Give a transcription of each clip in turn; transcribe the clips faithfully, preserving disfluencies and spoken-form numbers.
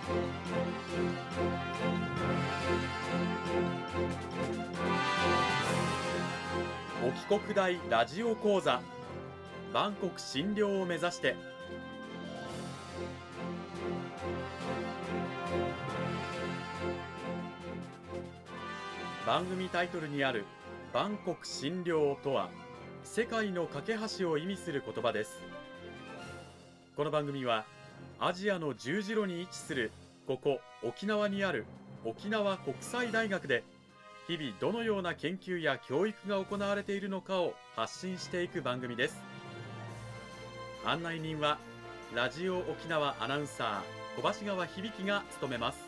沖国大ラジオ講座、万国診療を目指して。番組タイトルにある万国診療とは、世界の架け橋を意味する言葉です。この番組はアジアの十字路に位置するここ沖縄にある沖縄国際大学で、日々どのような研究や教育が行われているのかを発信していく番組です。案内人はラジオ沖縄アナウンサー小橋川響が務めます。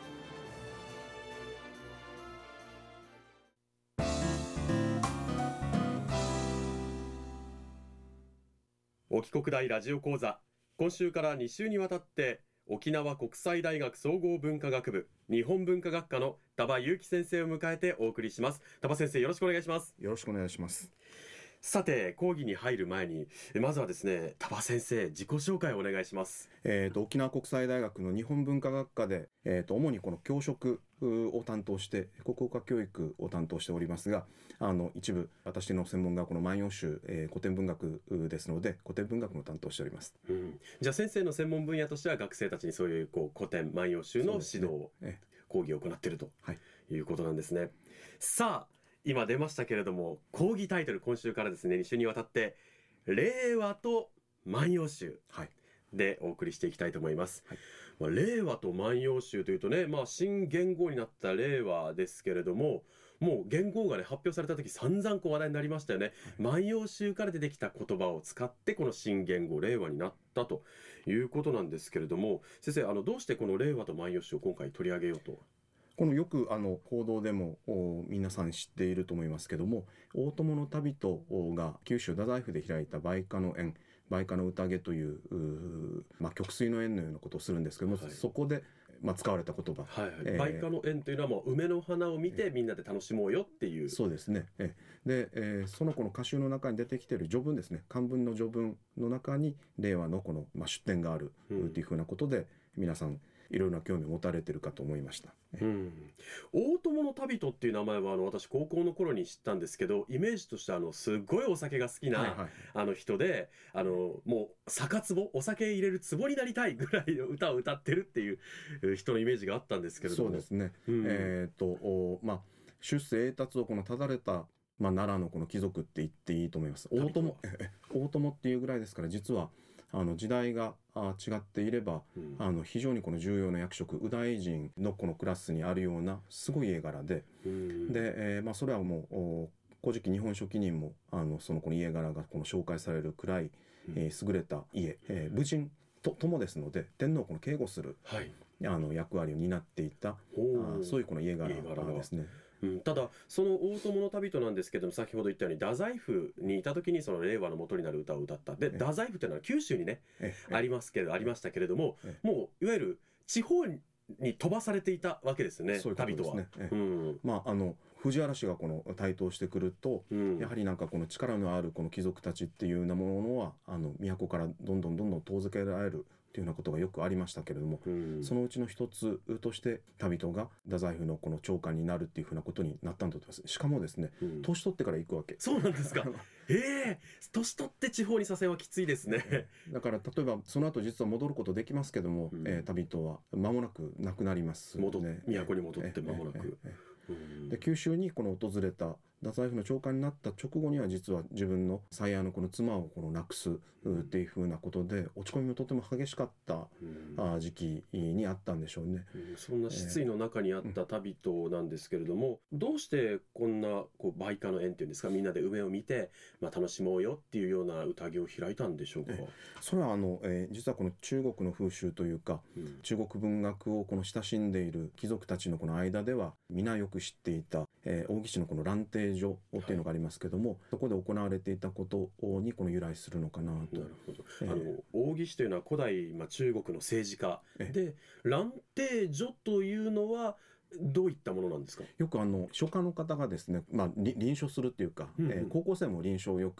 沖国大ラジオ講座、今週からに週にわたって沖縄国際大学総合文化学部日本文化学科の田場裕樹先生を迎えてお送りします。田場先生、よろしくお願いします。 よろしくお願いします。 さて、講義に入る前にまずはですね、田場先生、自己紹介をお願いします。 えー、と沖縄国際大学の日本文化学科で、えー、と主にこの教職を担当して国語科教育を担当しておりますが、あの一部私の専門がこの万葉集、えー、古典文学ですので古典文学も担当しております、 うん、じゃあ先生の専門分野としては学生たちにそういう、こう古典万葉集の指導を、ね、講義を行っているということなんですね、はい、さあ今出ましたけれども、講義タイトル、今週からですねに週にわたって令和と万葉集、はいでお送りしていきたいと思います、はい。まあ、令和と万葉集というとね、まあ、新元号になった令和ですけれども、もう元号がね発表された時散々こう話題になりましたよね、はい、万葉集から出てきた言葉を使ってこの新元号令和になったということなんですけれども、先生、あのどうしてこの令和と万葉集を今回取り上げようと。 このよくあの報道でも皆さん知っていると思いますけども、大友の旅人が九州太宰府で開いた梅花の宴、梅花の宴という、う、まあ、曲水の宴のようなことをするんですけども、はい、そこで、まあ、使われた言葉、はいはい、 えー、梅花の宴というのはもう梅の花を見てみんなで楽しもうよっていう、 そうですね、えー、で、えー、そのこの歌集の中に出てきている序文ですね、漢文の序文の中に令和のこの、まあ、出典があるというふうなことで、うん、皆さんいろいろな興味を持たれているかと思いました、 うん、大友の旅人っていう名前はあの私高校の頃に知ったんですけど、イメージとしてあのすごいお酒が好きな、はいはい、あの人で、あのもう酒壺、お酒入れる壺になりたいぐらいの歌を歌ってるっていう人のイメージがあったんですけれども。 そうですね、うん、えー、とまあ出世栄達をこのただれた、まあ、奈良のこの貴族って言っていいと思います。大友大友っていうぐらいですから、実はあの時代が違っていれば、うん、あの非常にこの重要な役職、右大臣のこのクラスにあるようなすごい家柄で、うん、で、えーまあ、それはもう古事記日本書紀にもあのそのこの家柄がこの紹介されるくらい、うん、えー、優れた家、えー、武人と友ですので天皇をこの警護する、はい、あの役割を担っていた、あそういうこの家柄ですね。 うん、ただその大友の旅人なんですけども、先ほど言ったように太宰府にいた時にその令和の元になる歌を歌ったで、太宰府というのは九州にねありますけどありましたけれども、もういわゆる地方に飛ばされていたわけですね、旅人は。 うん、まああの藤原氏がこの台頭してくると、うん、やはりなんかこの力のあるこの貴族たちっていうようなものはあの都からどんどんどんどん遠ざけられるというようなことがよくありましたけれども、うん、そのうちの一つとして旅人が太宰府のこの長官になるっていうふうなことになったんだと思います。しかもですね、うん、年取ってから行くわけ。 そうなんですかええー、年取って地方に左遷はきついですねだから例えばその後実は戻ることできますけども、うん、えー、旅人は間もなく亡くなります、ね、 戻都に戻って間もなく、えーえーえーで九州にこの訪れた太宰府の長官になった直後には、実は自分の最愛のこの妻をこの亡くすっていうふうなことで落ち込みもとても激しかった時期にあったんでしょうね、 うん、そんな失意の中にあった旅人なんですけれども、うん、どうしてこんなこう梅花の宴っていうんですか、みんなで梅を見て、まあ、楽しもうよっていうような宴を開いたんでしょうか。 それはあの、えー、実はこの中国の風習というか、うん、中国文学をこの親しんでいる貴族たちのこの間では皆よく知っていた、えー、大岸のこの蘭亭所っていうのがありますけども、はい、そこで行われていたことにこの由来するのかなと。 なるほど、えー、あの大岸というのは古代、まあ、中国の政治家で、蘭亭所というのはどういったものなんですか。 よくあの書家の方がですね、まあ、臨書するっていうか、うんうん、えー、高校生も臨書をよく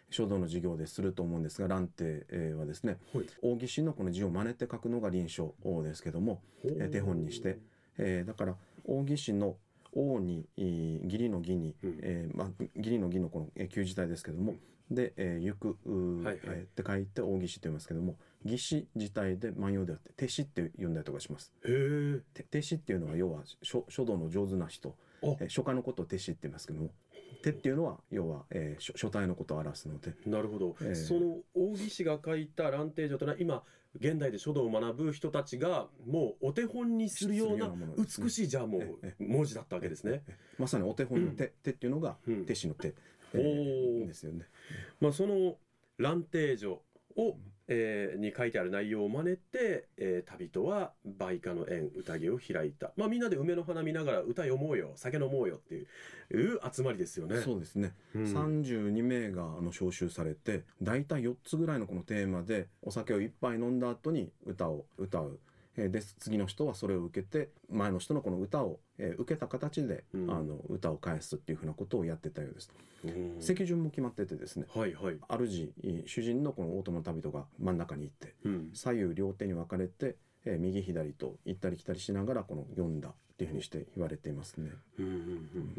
書道の授業ですると思うんですが、蘭亭はですね、 はい、 王羲之のこの字を真似て書くのが臨書ですけども、え手本にして、えー、だから王羲之の王に義理の義に、うん、えーまあ、義理の義のこの旧字体ですけども、うん、で、えー、行く、はいはい、えー、って書いて王羲之と言いますけども、義詞自体で万葉であって手詞って呼んだりとかします。 へー。 手詞っていうのは要は書書道の上手な人、えー、書家のことを手詞って言いますけども、手っていうのは要は、えー、書体のことを表すので。 なるほど、えー、その王羲之が書いた蘭亭序というのは今現代で書道を学ぶ人たちがもうお手本にするような美しいじゃあもう文字だったわけですね。 まさにお手本の手、うん、手っていうのが手詞の手、うんえー、ですよね。 まあ、その蘭亭序を、えー、に書いてある内容を真似て、えー、旅人は梅花の園宴を開いた、まあ、みんなで梅の花見ながら歌読もうよ酒飲もうよっていう集まりですよね。 そうですね、うん、さんじゅうにめいがあの招集されてだいたいよっつぐらいのこのテーマでお酒をいっぱい飲んだ後に歌を歌う。で次の人はそれを受けて前の人のこの歌を、えー、受けた形で、うん、あの歌を返すっていうふうなことをやってたようです。席順も決まっててですね、 はいはい、 主主人のこの大友旅人が真ん中に行って、うん、左右両手に分かれて、えー、右左と行ったり来たりしながらこの読んだっていうふうにして言われていますね。 うんうんうん、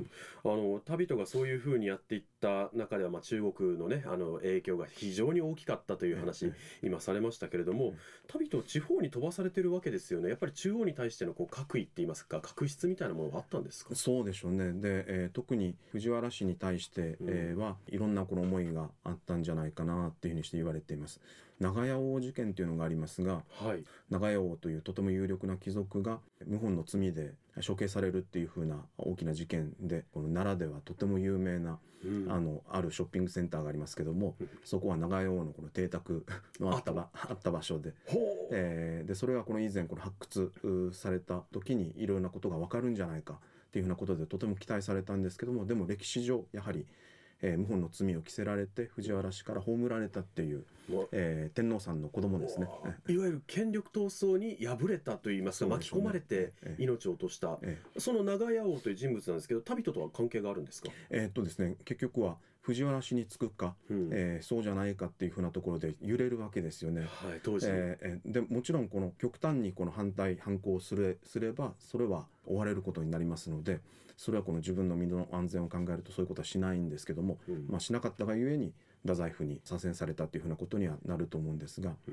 あの旅人がそういうふうにやっていった中では、まあ、中国のねあの影響が非常に大きかったという話、ええ、今されましたけれども、ええ、旅人地方に飛ばされてるわけですよね。やっぱり中央に対してのこう覚意って言いますか確執みたいなものがあったんですか？ そうでしょうね。で、えー、特に藤原氏に対して、うんえー、はいろんなこの思いがあったんじゃないかなっていうふうにして言われています。長屋王事件というのがありますが、はい、長屋王というとても有力な貴族が謀反の罪で処刑されるっていう風な大きな事件で、この奈良ではとても有名な、うん、あのあるショッピングセンターがありますけども、うん、そこは長屋王のこの邸宅のあった場あった場所で、えー、でそれはこの以前この発掘された時にいろいろなことが分かるんじゃないかっていう風なことでとても期待されたんですけども、でも歴史上やはりえー、謀反の罪を着せられて藤原氏から葬られたっていう、えー、天皇さんの子供ですね。 いわゆる権力闘争に敗れたといいますか、巻き込まれて命を落とした、ええ、その長屋王という人物なんですけど、旅人とは関係があるんですか？ えー、っとですね結局は藤原氏につくか、うんえー、そうじゃないかっていうふうなところで揺れるわけですよね、 はい、当時、 えー、でもちろんこの極端にこの反対反抗すれ、すればそれは追われることになりますので、それはこの自分の身の安全を考えるとそういうことはしないんですけども、うんまあ、しなかったがゆえに太宰府に左遷されたというふうなことにはなると思うんですが、 うん、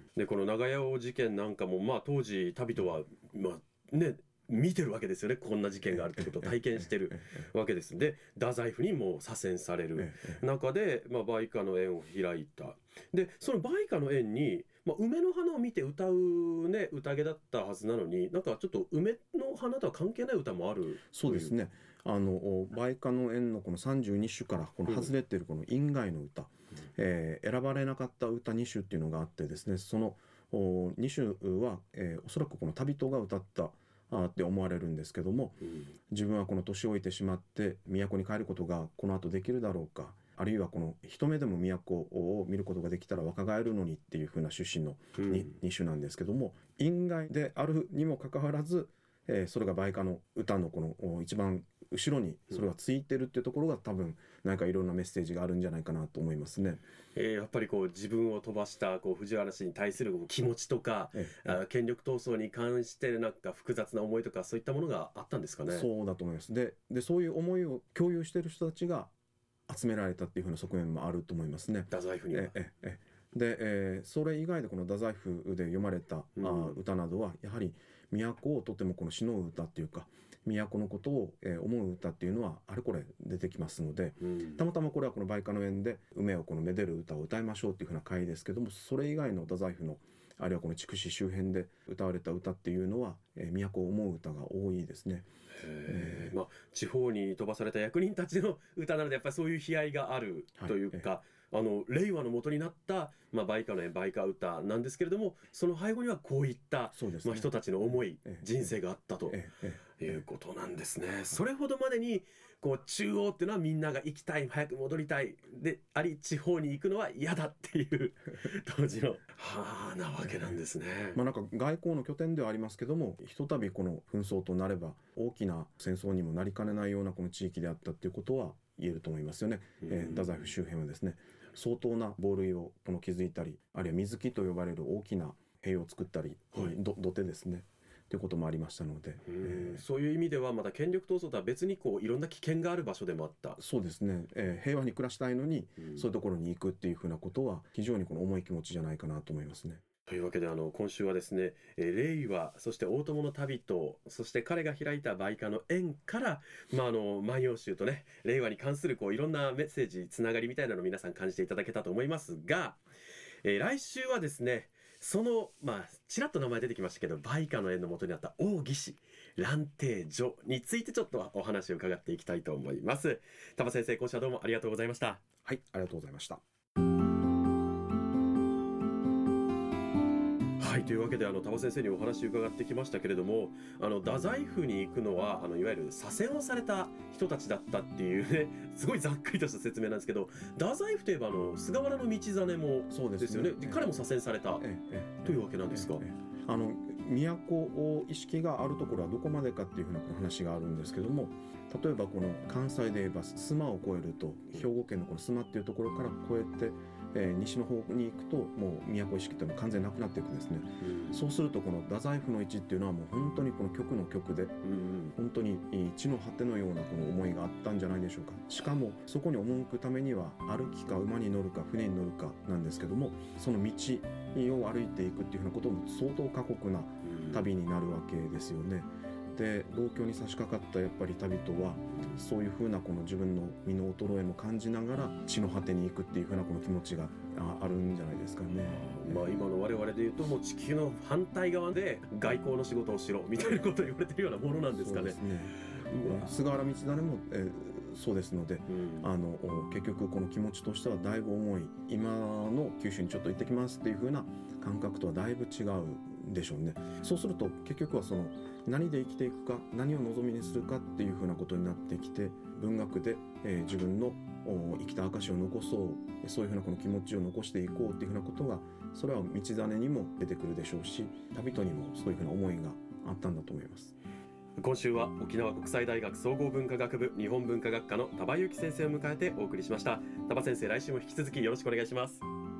でこの長屋王事件なんかも、まあ、当時旅人は、まあね、見てるわけですよね。こんな事件があるってことを体験してるわけです。で太宰府にも左遷される中で、まあ、梅花の園を開いた。でその梅花の園に、まあ、梅の花を見て歌うね宴だったはずなのに、なんかちょっと梅の花とは関係ない歌もある。 そうですね、あの梅花の園のこのさんじゅうにしゅからこの外れているこの院外の歌、うんえー、選ばれなかった歌にしゅっていうのがあってですね、そのにしゅは、えー、おそらくこの旅人が歌ったあって思われるんですけども、うん、自分はこの年老いてしまって都に帰ることがこの後できるだろうか、あるいはこの一目でも都を見ることができたら若返るのにっていう風な趣旨の 2,、うん、に種なんですけども、院外であるにもかかわらず、えー、それが梅花の歌のこの一番後ろにそれがついてるっていうところが多分何かいろんなメッセージがあるんじゃないかなと思いますね。 えー、やっぱりこう自分を飛ばしたこう藤原氏に対する気持ちとか、ええ、あ権力闘争に関してなんか複雑な思いとかそういったものがあったんですかね。 そうだと思います。で、でそういう思いを共有している人たちが集められたっていう風な側面もあると思いますね。 太宰府には。 えええで、えー、それ以外でこの太宰府で読まれた、うん、あ歌などはやはり都をとてもこの詩の歌っていうか都のことを、えー、思う歌っていうのはあれこれ出てきますので、うん、たまたまこれはこの梅花の園で梅をこのめでる歌を歌いましょうっていう風な回ですけども、それ以外の太宰府のあるいはこの筑紫周辺で歌われた歌っていうのは、えー、都を思う歌が多いですね。 へー、まあ、地方に飛ばされた役人たちの歌なのでやっぱりそういう悲哀があるというか、はい、あの令和の元になった、まあ、梅花の園梅花歌なんですけれども、その背後にはこういった、ねまあ、人たちの思い、人生があったということなんですね。それほどまでにこう中央っていうのはみんなが行きたい、早く戻りたいであり、地方に行くのは嫌だっていう当時のはあなわけなんですね。 まあ、なんか外交の拠点ではありますけども、ひとたびこの紛争となれば大きな戦争にもなりかねないようなこの地域であったっていうことは言えると思いますよね、えー、太宰府周辺はですね。 相当な防塁をこの築いたり、あるいは水木と呼ばれる大きな塀を作ったり、はい、ど土手ですねということもありましたので、 えー、そういう意味ではまた権力闘争とは別にこういろんな危険がある場所でもあった。 そうですね、えー、平和に暮らしたいのに、うん、そういうところに行くっていうふうなことは非常にこの重い気持ちじゃないかなと思いますね。 というわけであの今週はですね、えー、令和そして大友の旅とそして彼が開いた梅花の縁から、まあ、あの万葉集とね令和に関するこういろんなメッセージつながりみたいなのを皆さん感じていただけたと思いますが、えー、来週はですねそのまあちらっと名前出てきましたけど梅花の縁の元にあった王義士蘭亭序についてちょっとお話を伺っていきたいと思います。田場先生、今週はどうもありがとうございました。 はい、ありがとうございました。 はい、というわけであの田場先生にお話を伺ってきましたけれども、あの太宰府に行くのはあのいわゆる左遷をされた人たちだったっていうね、すごいざっくりとした説明なんですけど、太宰府といえばあの菅原道真もそうですよね。で彼も左遷された、えええ、というわけなんですか。えええあの都意識があるところはどこまでかっていうふうな話があるんですけども、例えばこの関西で言えば須磨を越えると兵庫県のこの須磨っていうところから越えて、えー、西の方に行くともう都意識っていうのは完全になくなっていくんですね、うん、そうするとこの太宰府の位置っていうのはもう本当にこの極の極で、うん、本当に地の果てのようなこの思いがあったんじゃないでしょうか。しかもそこに赴くためには歩きか馬に乗るか船に乗るかなんですけども、その道を歩いていくっていうふうなことも相当過酷な旅になるわけですよね。で同郷に差し掛かったやっぱり旅人はそういうふうなこの自分の身の衰えも感じながら地の果てに行くっていうふうなこの気持ちがあるんじゃないですかね。 まあ今の我々で言うともう地球の反対側で外交の仕事をしろみたいなことを言われてるようなものなんですかね。そうですね。 菅原道真も、えー、そうですので、うん、あの結局この気持ちとしてはだいぶ重い、今の九州にちょっと行ってきますっていうふうな感覚とはだいぶ違うでしょうね。そうすると結局はその何で生きていくか、何を望みにするかっていうふうなことになってきて、文学で、えー、自分の生きた証を残そう、そういうふうなこの気持ちを残していこうっていうふうなことが、それは道真にも出てくるでしょうし、旅人にもそういうふうな思いがあったんだと思います。 今週は沖縄国際大学総合文化学部日本文化学科の田場裕樹先生を迎えてお送りしました。田場先生、来週も引き続きよろしくお願いします。